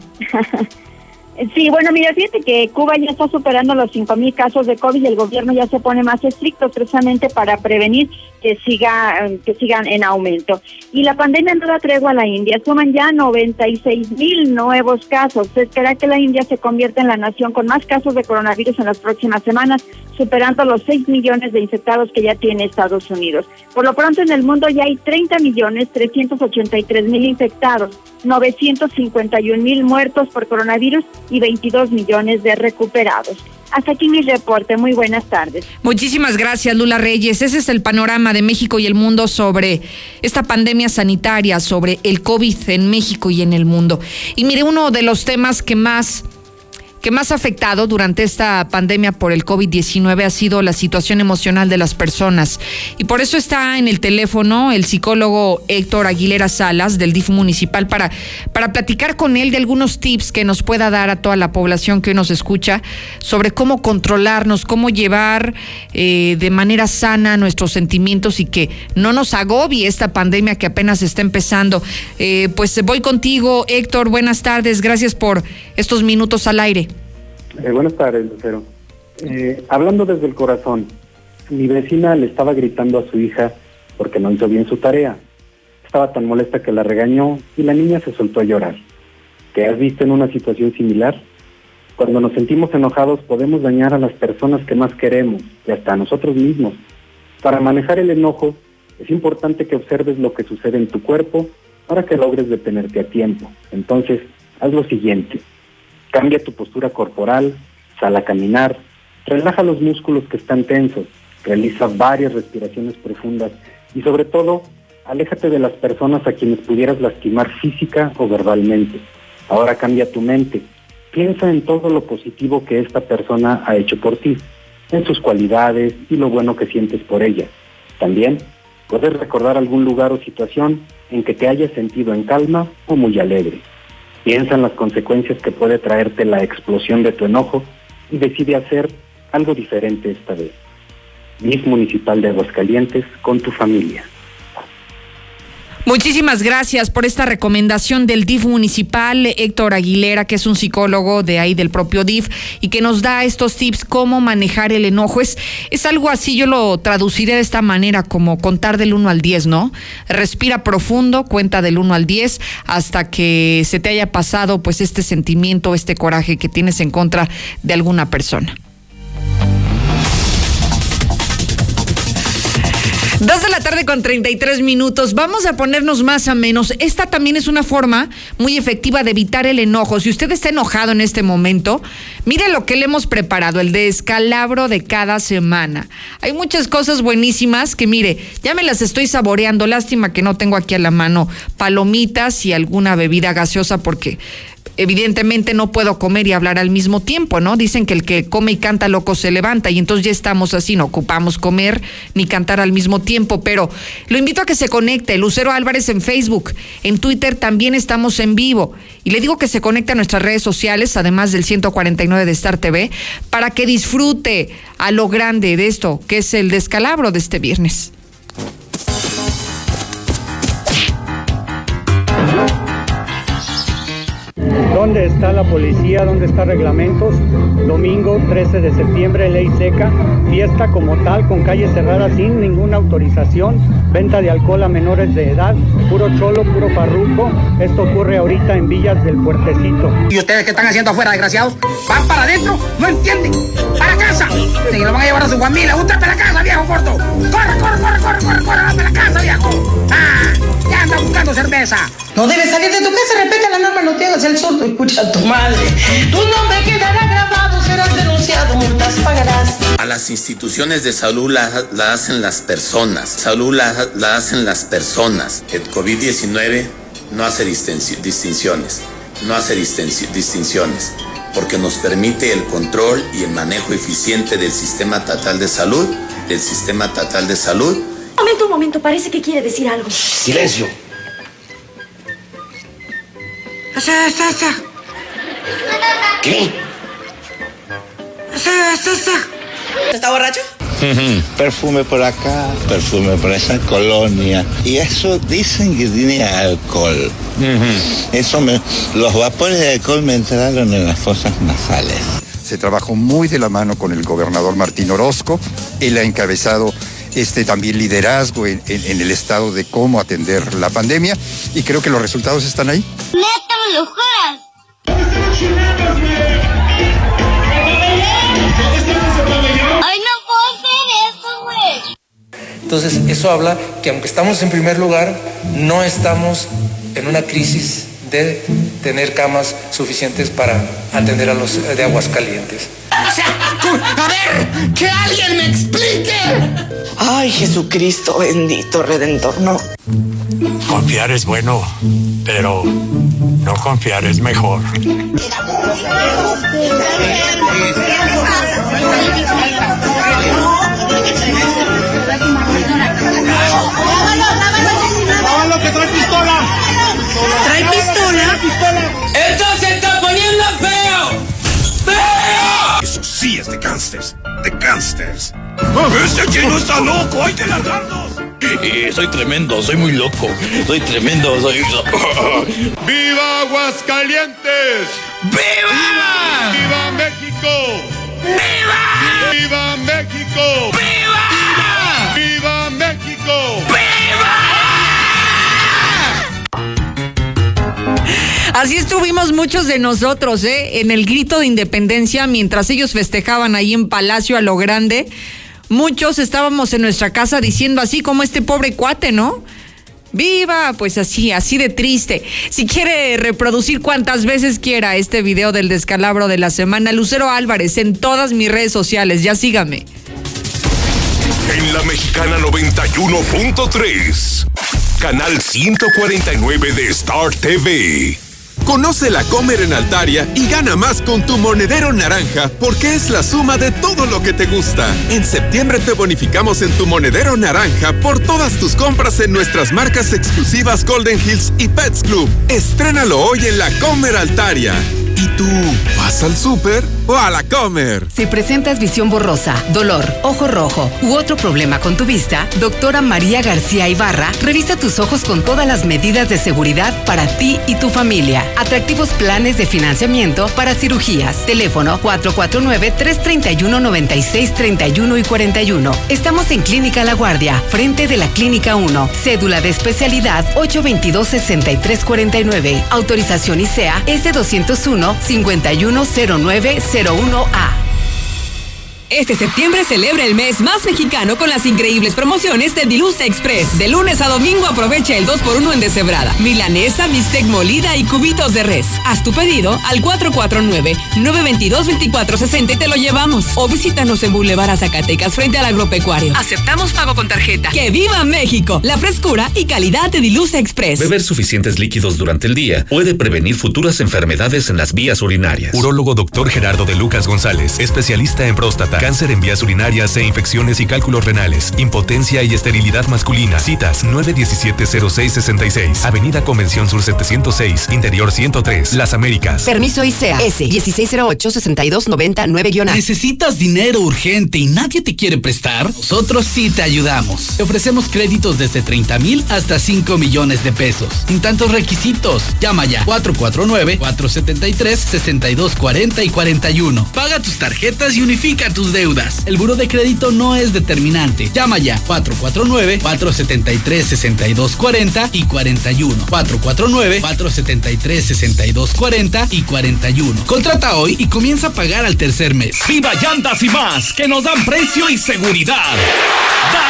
Sí, bueno, mira, fíjate que Cuba ya está superando los cinco mil casos de COVID y el gobierno ya se pone más estricto precisamente para prevenir que siga que sigan en aumento. Y la pandemia no da tregua a la India, suman ya noventa y seis mil nuevos casos. Se espera que la India se convierta en la nación con más casos de coronavirus en las próximas semanas, superando los seis millones de infectados que ya tiene Estados Unidos. Por lo pronto en el mundo ya hay treinta millones trescientos ochenta y tres mil infectados, novecientos cincuenta y un mil muertos por coronavirus y veintidós millones de recuperados. Hasta aquí mi reporte. Muy buenas tardes. Muchísimas gracias, Lula Reyes. Ese es el panorama de México y el mundo sobre esta pandemia sanitaria, sobre el COVID en México y en el mundo. Y mire, uno de los temas que más... que más ha afectado durante esta pandemia por el COVID diecinueve ha sido la situación emocional de las personas. Y por eso está en el teléfono el psicólogo Héctor Aguilera Salas del D I F municipal para, para platicar con él de algunos tips que nos pueda dar a toda la población que hoy nos escucha sobre cómo controlarnos, cómo llevar eh, de manera sana nuestros sentimientos y que no nos agobie esta pandemia que apenas está empezando. Eh, pues voy contigo, Héctor. Buenas tardes. Gracias por estos minutos al aire. Eh, buenas tardes, Lucero. Eh, hablando desde el corazón, mi vecina le estaba gritando a su hija porque no hizo bien su tarea. Estaba tan molesta que la regañó y la niña se soltó a llorar. ¿Te has visto en una situación similar? Cuando nos sentimos enojados podemos dañar a las personas que más queremos y hasta a nosotros mismos. Para manejar el enojo es importante que observes lo que sucede en tu cuerpo para que logres detenerte a tiempo. Entonces, haz lo siguiente. Cambia tu postura corporal, sal a caminar, relaja los músculos que están tensos, realiza varias respiraciones profundas y sobre todo, aléjate de las personas a quienes pudieras lastimar física o verbalmente. Ahora cambia tu mente, piensa en todo lo positivo que esta persona ha hecho por ti, en sus cualidades y lo bueno que sientes por ella. También puedes recordar algún lugar o situación en que te hayas sentido en calma o muy alegre. Piensa en las consecuencias que puede traerte la explosión de tu enojo y decide hacer algo diferente esta vez. D I F municipal de Aguascalientes con tu familia. Muchísimas gracias por esta recomendación del D I F municipal, Héctor Aguilera, que es un psicólogo de ahí del propio D I F y que nos da estos tips cómo manejar el enojo. Es, es algo así, yo lo traduciré de esta manera, como contar del uno al diez, ¿no? Respira profundo, cuenta del uno al diez hasta que se te haya pasado pues este sentimiento, este coraje que tienes en contra de alguna persona. Dos de la tarde con treinta y tres minutos. Vamos a ponernos más a menos. Esta también es una forma muy efectiva de evitar el enojo. Si usted está enojado en este momento, mire lo que le hemos preparado, el descalabro de cada semana. Hay muchas cosas buenísimas que, mire, ya me las estoy saboreando. Lástima que no tengo aquí a la mano palomitas y alguna bebida gaseosa porque evidentemente no puedo comer y hablar al mismo tiempo, ¿no? Dicen que el que come y canta loco se levanta y entonces ya estamos así, no ocupamos comer ni cantar al mismo tiempo, pero lo invito a que se conecte, Lucero Álvarez en Facebook, en Twitter también estamos en vivo y le digo que se conecte a nuestras redes sociales, además del ciento cuarenta y nueve de Star T V, para que disfrute a lo grande de esto, que es el descalabro de este viernes. ¿Dónde está la policía? ¿Dónde está reglamentos? Domingo trece de septiembre, ley seca, fiesta como tal, con calles cerradas sin ninguna autorización, venta de alcohol a menores de edad, puro cholo, puro farruco. Esto ocurre ahorita en Villas del Puertecito. ¿Y ustedes qué están haciendo afuera, desgraciados? ¿Van para adentro? ¿No entienden? ¡Para casa! Si lo van a llevar a su familia, ¡usted para la casa, viejo corto! ¡Corre, corre, corre, corre, corre, corre! ¡Para la casa, viejo! ¡Ah! Ya anda buscando cerveza. No debes salir de tu casa, respeta la norma, no te hagas el sordo, escucha a tu madre. Tu nombre quedará grabado, serás denunciado, multas pagarás. A las instituciones de salud la, la hacen las personas, salud la, la hacen las personas. El COVID diecinueve no hace distinciones, no hace distinciones, porque nos permite el control y el manejo eficiente del sistema estatal de salud, del sistema estatal de salud. Un momento, un momento, parece que quiere decir algo. Silencio. Asa, asa, asa. ¿Qué? Asa, asa, asa. ¿Está borracho? Perfume por acá, perfume por esa colonia. Y eso dicen que tiene alcohol. Eso me, los vapores de alcohol me entraron en las fosas nasales. Se trabajó muy de la mano con el gobernador Martín Orozco. Él ha encabezado este también liderazgo en, en, en el estado de cómo atender la pandemia. Y creo que los resultados están ahí. ¡Neta, me lo juras! ¡Ay, no puedo hacer eso, güey! Entonces, eso habla que aunque estamos en primer lugar, no estamos en una crisis de tener camas suficientes para atender a los de Aguascalientes. O sea, a ver, que alguien me explique. Ay, Jesucristo bendito, Redentor, no. Confiar es bueno, pero no confiar es mejor. ¡Lávalo, que trae pistola! ¿Trae pistola? ¡Esto se está poniendo feo! ¡Feo! Eso sí es de gangsters, de gangsters. ¡Ese chino está loco! ¡Hay que largarnos! Soy tremendo, soy muy loco. Soy tremendo, soy... ¡Viva Aguascalientes! ¡Viva! ¡Viva México! ¡Viva! ¡Viva México! ¡Viva! ¡Viva México! ¡Viva! Así estuvimos muchos de nosotros, ¿eh? En el grito de independencia, mientras ellos festejaban ahí en Palacio a lo grande, muchos estábamos en nuestra casa diciendo así como este pobre cuate, ¿no? ¡Viva! Pues así, así de triste. Si quiere reproducir cuantas veces quiera este video del descalabro de la semana, Lucero Álvarez en todas mis redes sociales, ya sígame. En la Mexicana noventa y uno punto tres, canal ciento cuarenta y nueve de Star T V. Conoce la Comer en Altaria y gana más con tu monedero naranja, porque es la suma de todo lo que te gusta. En septiembre te bonificamos en tu monedero naranja por todas tus compras en nuestras marcas exclusivas Golden Hills y Pets Club. Estrénalo hoy en la Comer Altaria. ¿Y tú vas al súper o a la Comer? Si presentas visión borrosa, dolor, ojo rojo u otro problema con tu vista, doctora María García Ibarra revisa tus ojos con todas las medidas de seguridad para ti y tu familia. Atractivos planes de financiamiento para cirugías. Teléfono cuatro cuatro nueve, tres tres uno, nueve seis tres uno y cuarenta y uno. Estamos en Clínica La Guardia, frente de la Clínica uno. Cédula de especialidad ocho veintidós, sesenta y tres cuarenta y nueve. Autorización I C E A S doscientos uno, cincuenta y uno cero nueve cero uno A. Este septiembre celebra el mes más mexicano con las increíbles promociones de Dilusa Express. De lunes a domingo aprovecha el dos por uno en deshebrada, milanesa, bistec molida y cubitos de res. Haz tu pedido al cuatro cuatro nueve, nueve dos dos, dos cuatro seis cero y te lo llevamos. O visítanos en Boulevard Zacatecas frente al agropecuario. Aceptamos pago con tarjeta. ¡Que viva México! La frescura y calidad de Dilusa Express. Beber suficientes líquidos durante el día puede prevenir futuras enfermedades en las vías urinarias. Urólogo doctor Gerardo de Lucas González, especialista en próstata, cáncer en vías urinarias e infecciones y cálculos renales, impotencia y esterilidad masculina. Citas nueve diecisiete cero seis sesenta y seis, Avenida Convención Sur setecientos seis, Interior ciento tres, Las Américas. Permiso I C E A S dieciséis cero ocho, sesenta y dos noventa nueve A. ¿Necesitas dinero urgente y nadie te quiere prestar? Nosotros sí te ayudamos. Te ofrecemos créditos desde treinta mil hasta cinco millones de pesos. Sin tantos requisitos. Llama ya cuatro cuatro nueve, cuatro siete tres, seis dos cuatro cero y cuarenta y uno. Paga tus tarjetas y unifica tus deudas. El buró de crédito no es determinante. Llama ya cuatro cuatro nueve, cuatro siete tres, seis dos cuatro cero y cuarenta y uno. cuatro cuatro nueve, cuatro siete tres, seis dos cuatro cero y cuarenta y uno. Contrata hoy y comienza a pagar al tercer mes. ¡Viva Llantas y Más! Que nos dan precio y seguridad. Da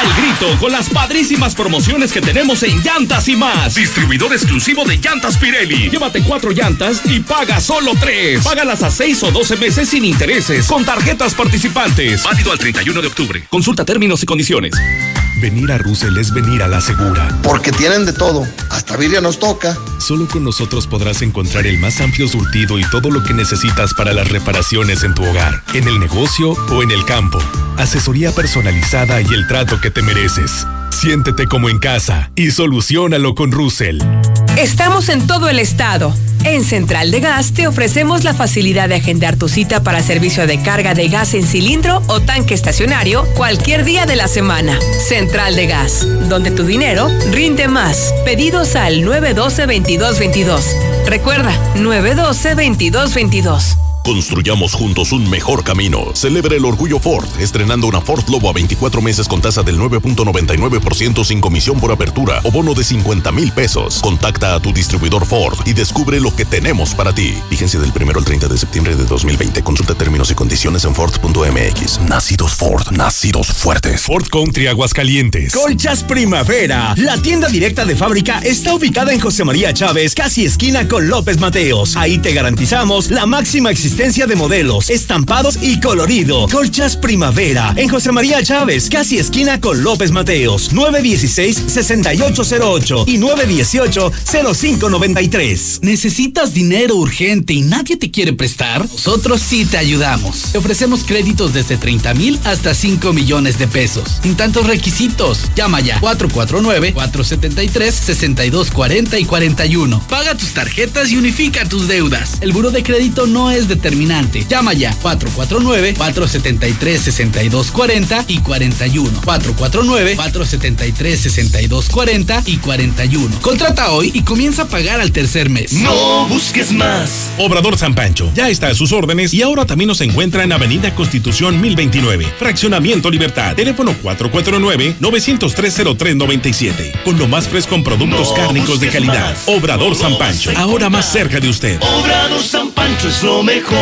el grito con las padrísimas promociones que tenemos en Llantas y Más. Distribuidor exclusivo de llantas Pirelli. Llévate cuatro llantas y paga solo tres. Págalas a seis o doce meses sin intereses con tarjetas participantes. Válido al treinta y uno de octubre. Consulta términos y condiciones. Venir a Russell es venir a la segura. Porque tienen de todo. Hasta birria nos toca. Solo con nosotros podrás encontrar el más amplio surtido y todo lo que necesitas para las reparaciones en tu hogar, en el negocio o en el campo. Asesoría personalizada y el trato que te mereces. Siéntete como en casa y soluciónalo con Russell. Estamos en todo el estado. En Central de Gas te ofrecemos la facilidad de agendar tu cita para servicio de carga de gas en cilindro o tanque estacionario cualquier día de la semana. Central de Gas, donde tu dinero rinde más. Pedidos al nueve uno dos, veintidós veintidós. Recuerda, nueve uno dos, veintidós veintidós. Construyamos juntos un mejor camino. Celebre el orgullo Ford, estrenando una Ford Lobo a veinticuatro meses con tasa del nueve punto noventa y nueve por ciento sin comisión por apertura o bono de cincuenta mil pesos. Contacta a tu distribuidor Ford y descubre lo que tenemos para ti. Vigencia del primero al treinta de septiembre de dos mil veinte. Consulta términos y condiciones en Ford punto M X. Nacidos Ford, nacidos fuertes. Ford Country Aguascalientes. Colchas Primavera. La tienda directa de fábrica está ubicada en José María Chávez, casi esquina con López Mateos. Ahí te garantizamos la máxima existencia de modelos, estampados y colorido. Colchas Primavera, en José María Chávez, casi esquina con López Mateos, nueve uno seis, seis ocho cero ocho y nueve uno ocho, cero cinco nueve tres. ¿Necesitas dinero urgente y nadie te quiere prestar? Nosotros sí te ayudamos. Te ofrecemos créditos desde treinta mil hasta cinco millones de pesos. Sin tantos requisitos. Llama ya cuatro cuatro nueve, cuatro siete tres, seis dos cuatro cero y cuarenta y uno. Paga tus tarjetas y unifica tus deudas. El buró de crédito no es determinante. Llama ya cuatro cuatro nueve, cuatro siete tres, seis dos cuatro cero y cuarenta y uno. cuatro cuatro nueve, cuatro siete tres, seis dos cuatro cero y cuarenta y uno. Contrata hoy y comienza a pagar al tercer mes. No busques más. Obrador San Pancho ya está a sus órdenes y ahora también nos encuentra en Avenida Constitución mil veintinueve, Fraccionamiento Libertad. Teléfono cuatro cuatro nueve, nueve cero tres, cero tres nueve siete. Con lo más fresco en productos no cárnicos de calidad. Más. Obrador San Pancho, ahora más cerca de usted. Obrador San Pancho es lo mejor.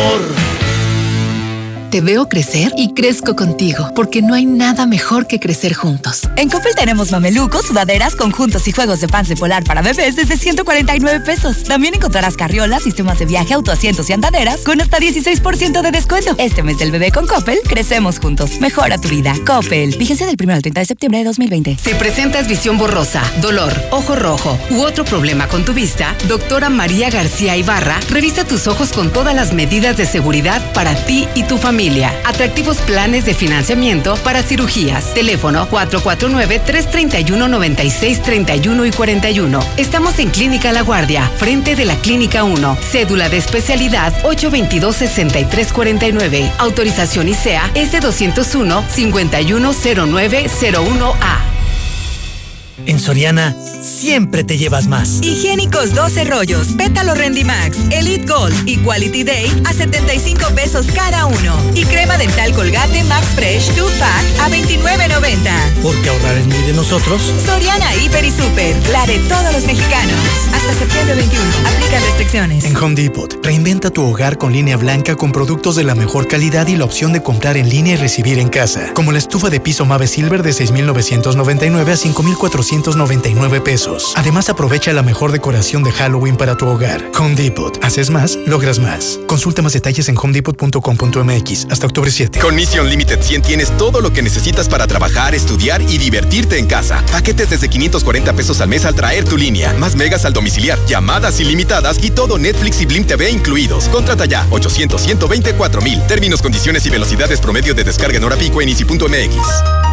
Te veo crecer y crezco contigo, porque no hay nada mejor que crecer juntos. En Coppel tenemos mamelucos, sudaderas, conjuntos y juegos de pants polar para bebés desde ciento cuarenta y nueve pesos. También encontrarás carriolas, sistemas de viaje, autoasientos y andaderas con hasta dieciséis por ciento de descuento. Este mes del bebé con Coppel, crecemos juntos. Mejora tu vida. Coppel. Vigencia del primero al treinta de septiembre de dos mil veinte. Si presentas visión borrosa, dolor, ojo rojo u otro problema con tu vista, doctora María García Ibarra revisa tus ojos con todas las medidas de seguridad para ti y tu familia. Atractivos planes de financiamiento para cirugías. Teléfono cuatro cuatro nueve, tres tres uno, nueve seis tres uno y cuarenta y uno. Estamos en Clínica La Guardia, frente de la Clínica uno. Cédula de especialidad ocho veintidós, sesenta y tres cuarenta y nueve. Autorización I C E A S doscientos uno, cincuenta y uno cero nueve cero uno A. En Soriana, siempre te llevas más. Higiénicos doce rollos, Pétalo Rendimax, Elite Gold y Quality Day a setenta y cinco pesos cada uno. Y crema dental Colgate Max Fresh dos pack a veintinueve noventa. Porque ahorrar es muy de nosotros. Soriana, Hiper y Super, la de todos los mexicanos. Hasta septiembre veintiuno, aplican restricciones. En Home Depot, reinventa tu hogar con línea blanca con productos de la mejor calidad y la opción de comprar en línea y recibir en casa. Como la estufa de piso Mave Silver de seis mil novecientos noventa y nueve a cinco mil cuatrocientos noventa y nueve pesos. Además, aprovecha la mejor decoración de Halloween para tu hogar. Home Depot. Haces más, logras más. Consulta más detalles en home depot punto com punto m x hasta octubre siete. Con Mission Limited cien tienes todo lo que necesitas para trabajar, estudiar y divertirte en casa. Paquetes desde quinientos cuarenta pesos al mes al traer tu línea. Más megas al domiciliar, llamadas ilimitadas y todo Netflix y Blim T V incluidos. Contrata ya. ochocientos, ciento veinticuatro mil. Términos, condiciones y velocidades promedio de descarga en hora pico en easy punto m x.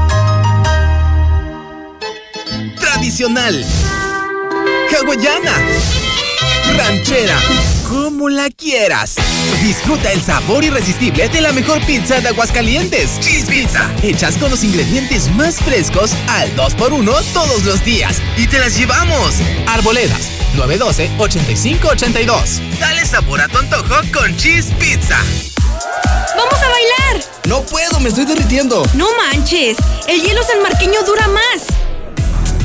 Tradicional, hawaiana, ranchera, como la quieras. Disfruta el sabor irresistible de la mejor pizza de Aguascalientes. Cheese Pizza. Hechas con los ingredientes más frescos al dos por uno todos los días. Y te las llevamos. Arboledas, nueve uno dos, ocho cinco ocho dos. Dale sabor a tu antojo con Cheese Pizza. ¡Vamos a bailar! No puedo, me estoy derritiendo. No manches, el hielo sanmarqueño dura más.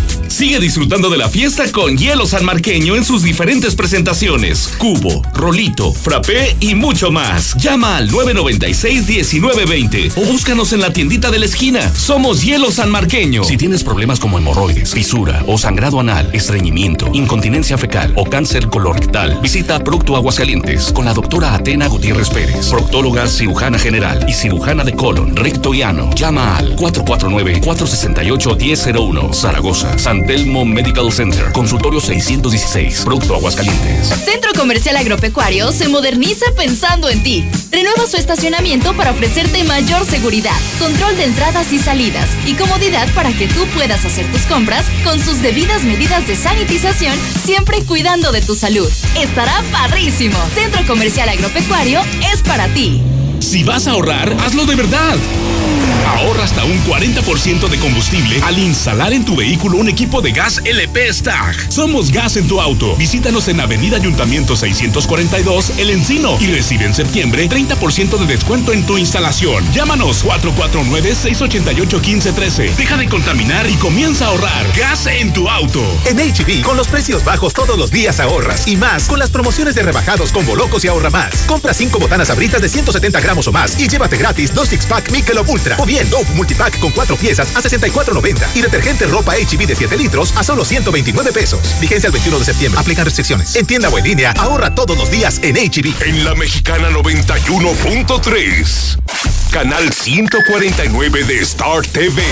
Sigue disfrutando de la fiesta con hielo sanmarqueño en sus diferentes presentaciones. Cubo, rolito, frappé y mucho más. Llama al nueve noventa y seis, diecinueve veinte o búscanos en la tiendita de la esquina. Somos Hielo Sanmarqueño. Si tienes problemas como hemorroides, fisura o sangrado anal, estreñimiento, incontinencia fecal o cáncer colorectal, visita Procto Aguascalientes con la doctora Atena Gutiérrez Pérez, proctóloga, cirujana general y cirujana de colon, recto y ano. Llama al cuatro cuatro nueve, cuatro seis ocho, uno cero cero uno. Zaragoza, San Telmo Medical Center, consultorio seiscientos dieciséis, Procto Aguascalientes. Centro Comercial Agropecuario se moderniza pensando en ti. Renueva su estacionamiento para ofrecerte mayor seguridad, control de entradas y salidas y comodidad para que tú puedas hacer tus compras con sus debidas medidas de sanitización, siempre cuidando de tu salud. Estará padrísimo. Centro Comercial Agropecuario es para ti. Si vas a ahorrar, hazlo de verdad. Ahorra hasta un cuarenta por ciento de combustible al instalar en tu vehículo un equipo de gas L P Stag. Somos Gas en tu Auto. Visítanos en Avenida Ayuntamiento seiscientos cuarenta y dos, El Encino, y recibe en septiembre treinta por ciento de descuento en tu instalación. Llámanos cuatro cuatro nueve, seis ocho ocho, uno cinco uno tres. Deja de contaminar y comienza a ahorrar. Gas en tu Auto. En H E B, con los precios bajos todos los días ahorras. Y más, con las promociones de rebajados Combo Locos y Ahorra Más. Compra cinco botanas Sabritas de ciento setenta gramos o más y llévate gratis dos six pack Michelob Ultra. O bien, Dove Multipack con cuatro piezas a sesenta y cuatro noventa. Y detergente ropa H E B de siete litros a solo ciento veintinueve pesos. Vigencia el veintiuno de septiembre. Aplican restricciones. En tienda o en línea, ahorra todos los días en H E B. En la Mexicana noventa y uno punto tres. Canal ciento cuarenta y nueve de Star T V.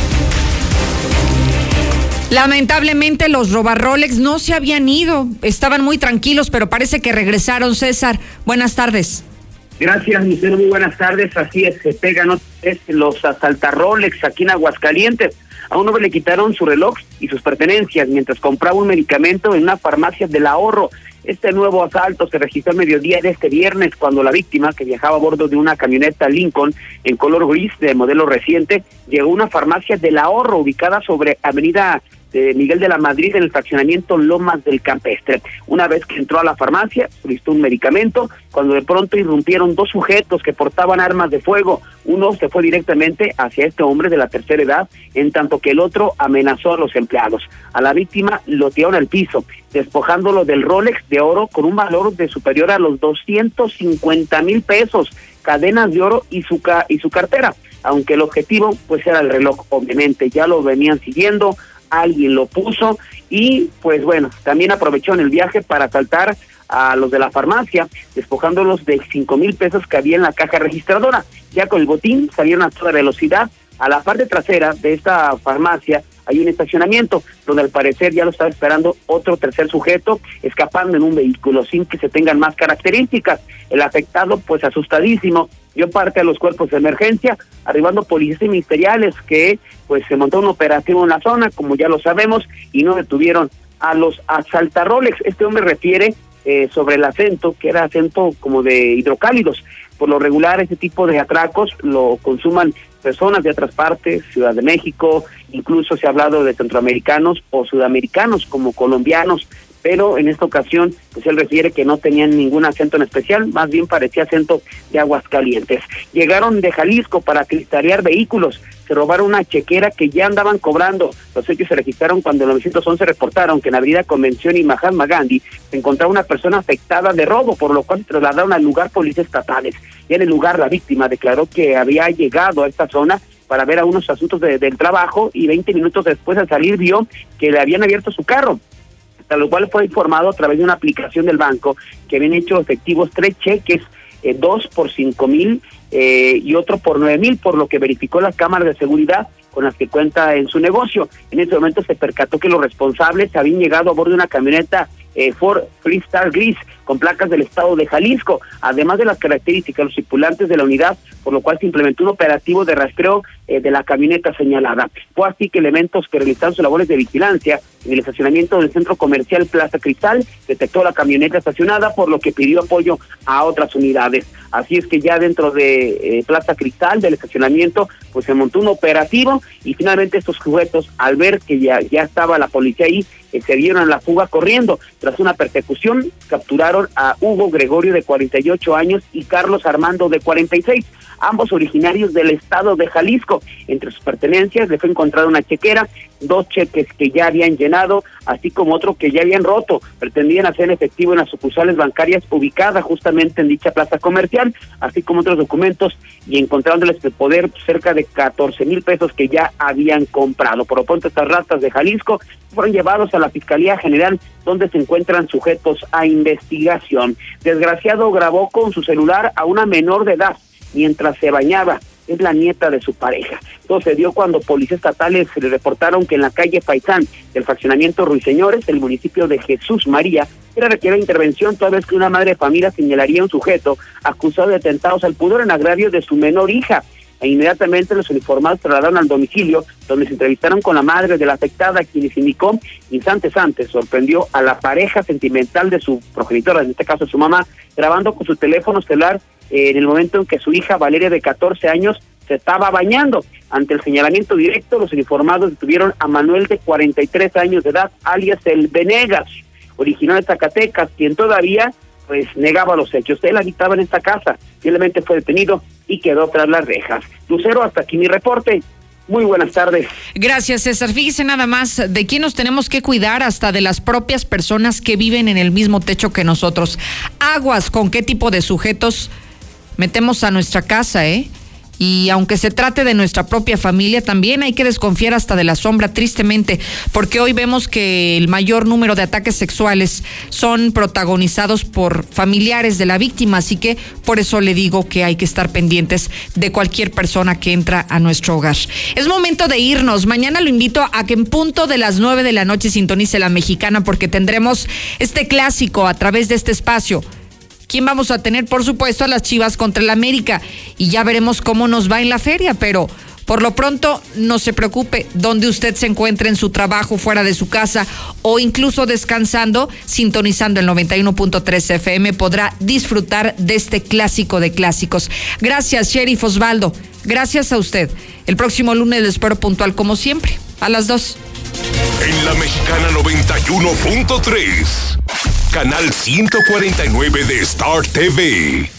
Lamentablemente los robarrolex no se habían ido. Estaban muy tranquilos, pero parece que regresaron. César, buenas tardes. Gracias, Lucero, muy buenas tardes. Así es, se pegan otra vez los asaltarrolex aquí en Aguascalientes. A un hombre le quitaron su reloj y sus pertenencias mientras compraba un medicamento en una farmacia del ahorro. Este nuevo asalto se registró al mediodía de este viernes, cuando la víctima, que viajaba a bordo de una camioneta Lincoln en color gris de modelo reciente, llegó a una farmacia del ahorro ubicada sobre Avenida de Miguel de la Madrid, en el fraccionamiento Lomas del Campestre. Una vez que entró a la farmacia, solicitó un medicamento, cuando de pronto irrumpieron dos sujetos que portaban armas de fuego. Uno se fue directamente hacia este hombre de la tercera edad, en tanto que el otro amenazó a los empleados. A la víctima lo tiraron al piso, despojándolo del Rolex de oro con un valor de superior a los doscientos cincuenta mil pesos, cadenas de oro y su, ca y su cartera, aunque el objetivo pues era el reloj. Obviamente ya lo venían siguiendo, alguien lo puso y pues bueno, también aprovechó en el viaje para asaltar a los de la farmacia, despojándolos de cinco mil pesos que había en la caja registradora. Ya con el botín salieron a toda velocidad. A la parte trasera de esta farmacia hay un estacionamiento donde al parecer ya lo estaba esperando otro tercer sujeto, escapando en un vehículo sin que se tengan más características. El afectado, pues asustadísimo, dio parte a los cuerpos de emergencia, arribando policías ministeriales que pues se montó un operativo en la zona, como ya lo sabemos, y no detuvieron a los asaltarrolex. Este hombre refiere eh, sobre el acento, que era acento como de hidrocálidos. Por lo regular, este tipo de atracos lo consuman personas de otras partes, Ciudad de México, incluso se ha hablado de centroamericanos o sudamericanos como colombianos, pero en esta ocasión pues él refiere que no tenían ningún acento en especial, más bien parecía acento de Aguascalientes. Llegaron de Jalisco para cristalear vehículos, se robaron una chequera que ya andaban cobrando. Los hechos se registraron cuando en novecientos once reportaron que en Avenida Convención y Mahatma Gandhi se encontraba una persona afectada de robo, por lo cual se trasladaron al lugar policías estatales. Y en el lugar la víctima declaró que había llegado a esta zona para ver a unos asuntos de, del trabajo, y veinte minutos después al salir vio que le habían abierto su carro, a lo cual fue informado a través de una aplicación del banco que habían hecho efectivos tres cheques, eh, dos por cinco mil eh, y otro por nueve mil, por lo que verificó las cámaras de seguridad con las que cuenta en su negocio. En ese momento se percató que los responsables habían llegado a bordo de una camioneta eh, Ford Freestar gris con placas del estado de Jalisco, además de las características, los tripulantes de la unidad, por lo cual se implementó un operativo de rastreo eh, de la camioneta señalada. Fue así que elementos que realizaron sus labores de vigilancia en el estacionamiento del centro comercial Plaza Cristal detectó la camioneta estacionada, por lo que pidió apoyo a otras unidades. Así es que ya dentro de eh, Plaza Cristal, del estacionamiento, pues se montó un operativo, y finalmente estos sujetos, al ver que ya, ya estaba la policía ahí, eh, se dieron a la fuga corriendo. Tras una persecución, capturaron a Hugo Gregorio de cuarenta y ocho años y Carlos Armando de cuarenta y seis. ambos originarios del estado de Jalisco. Entre sus pertenencias le fue encontrada una chequera, dos cheques que ya habían llenado, así como otro que ya habían roto. Pretendían hacer efectivo en las sucursales bancarias ubicadas justamente en dicha plaza comercial, así como otros documentos, y encontrándoles de poder cerca de catorce mil pesos que ya habían comprado. Por lo pronto, estas ratas de Jalisco fueron llevados a la Fiscalía General, donde se encuentran sujetos a investigación. Desgraciado grabó con su celular a una menor de edad mientras se bañaba. Es la nieta de su pareja. Todo se dio cuando policías estatales le reportaron que en la calle Paisán del fraccionamiento Ruiseñores, el municipio de Jesús María, era requerida intervención toda vez que una madre de familia señalaría a un sujeto acusado de atentados al pudor en agravio de su menor hija. E inmediatamente los uniformados trasladaron al domicilio, donde se entrevistaron con la madre de la afectada, quienes indicó instantes antes sorprendió a la pareja sentimental de su progenitora, en este caso su mamá, grabando con su teléfono celular eh, en el momento en que su hija Valeria, de catorce años, se estaba bañando. Ante el señalamiento directo, los uniformados detuvieron a Manuel, de cuarenta y tres años de edad, alias el Venegas, original de Zacatecas, quien todavía pues negaba los hechos. Él habitaba en esta casa, finalmente fue detenido y quedó tras las rejas. Lucero, hasta aquí mi reporte. Muy buenas tardes. Gracias, César. Fíjese nada más de quién nos tenemos que cuidar, hasta de las propias personas que viven en el mismo techo que nosotros. Aguas con qué tipo de sujetos metemos a nuestra casa, ¿eh? Y aunque se trate de nuestra propia familia, también hay que desconfiar hasta de la sombra, tristemente, porque hoy vemos que el mayor número de ataques sexuales son protagonizados por familiares de la víctima, así que por eso le digo que hay que estar pendientes de cualquier persona que entra a nuestro hogar. Es momento de irnos. Mañana lo invito a que en punto de las nueve de la noche sintonice La Mexicana, porque tendremos este clásico a través de este espacio. ¿Quién vamos a tener? Por supuesto, a las Chivas contra el América, y ya veremos cómo nos va en la feria, pero por lo pronto no se preocupe, donde usted se encuentre, en su trabajo, fuera de su casa o incluso descansando, sintonizando el noventa y uno punto tres F M, podrá disfrutar de este clásico de clásicos. Gracias, Sheriff Osvaldo. Gracias a usted. El próximo lunes le espero puntual como siempre, a las dos. En La Mexicana noventa y uno punto tres, canal ciento cuarenta y nueve de Star T V.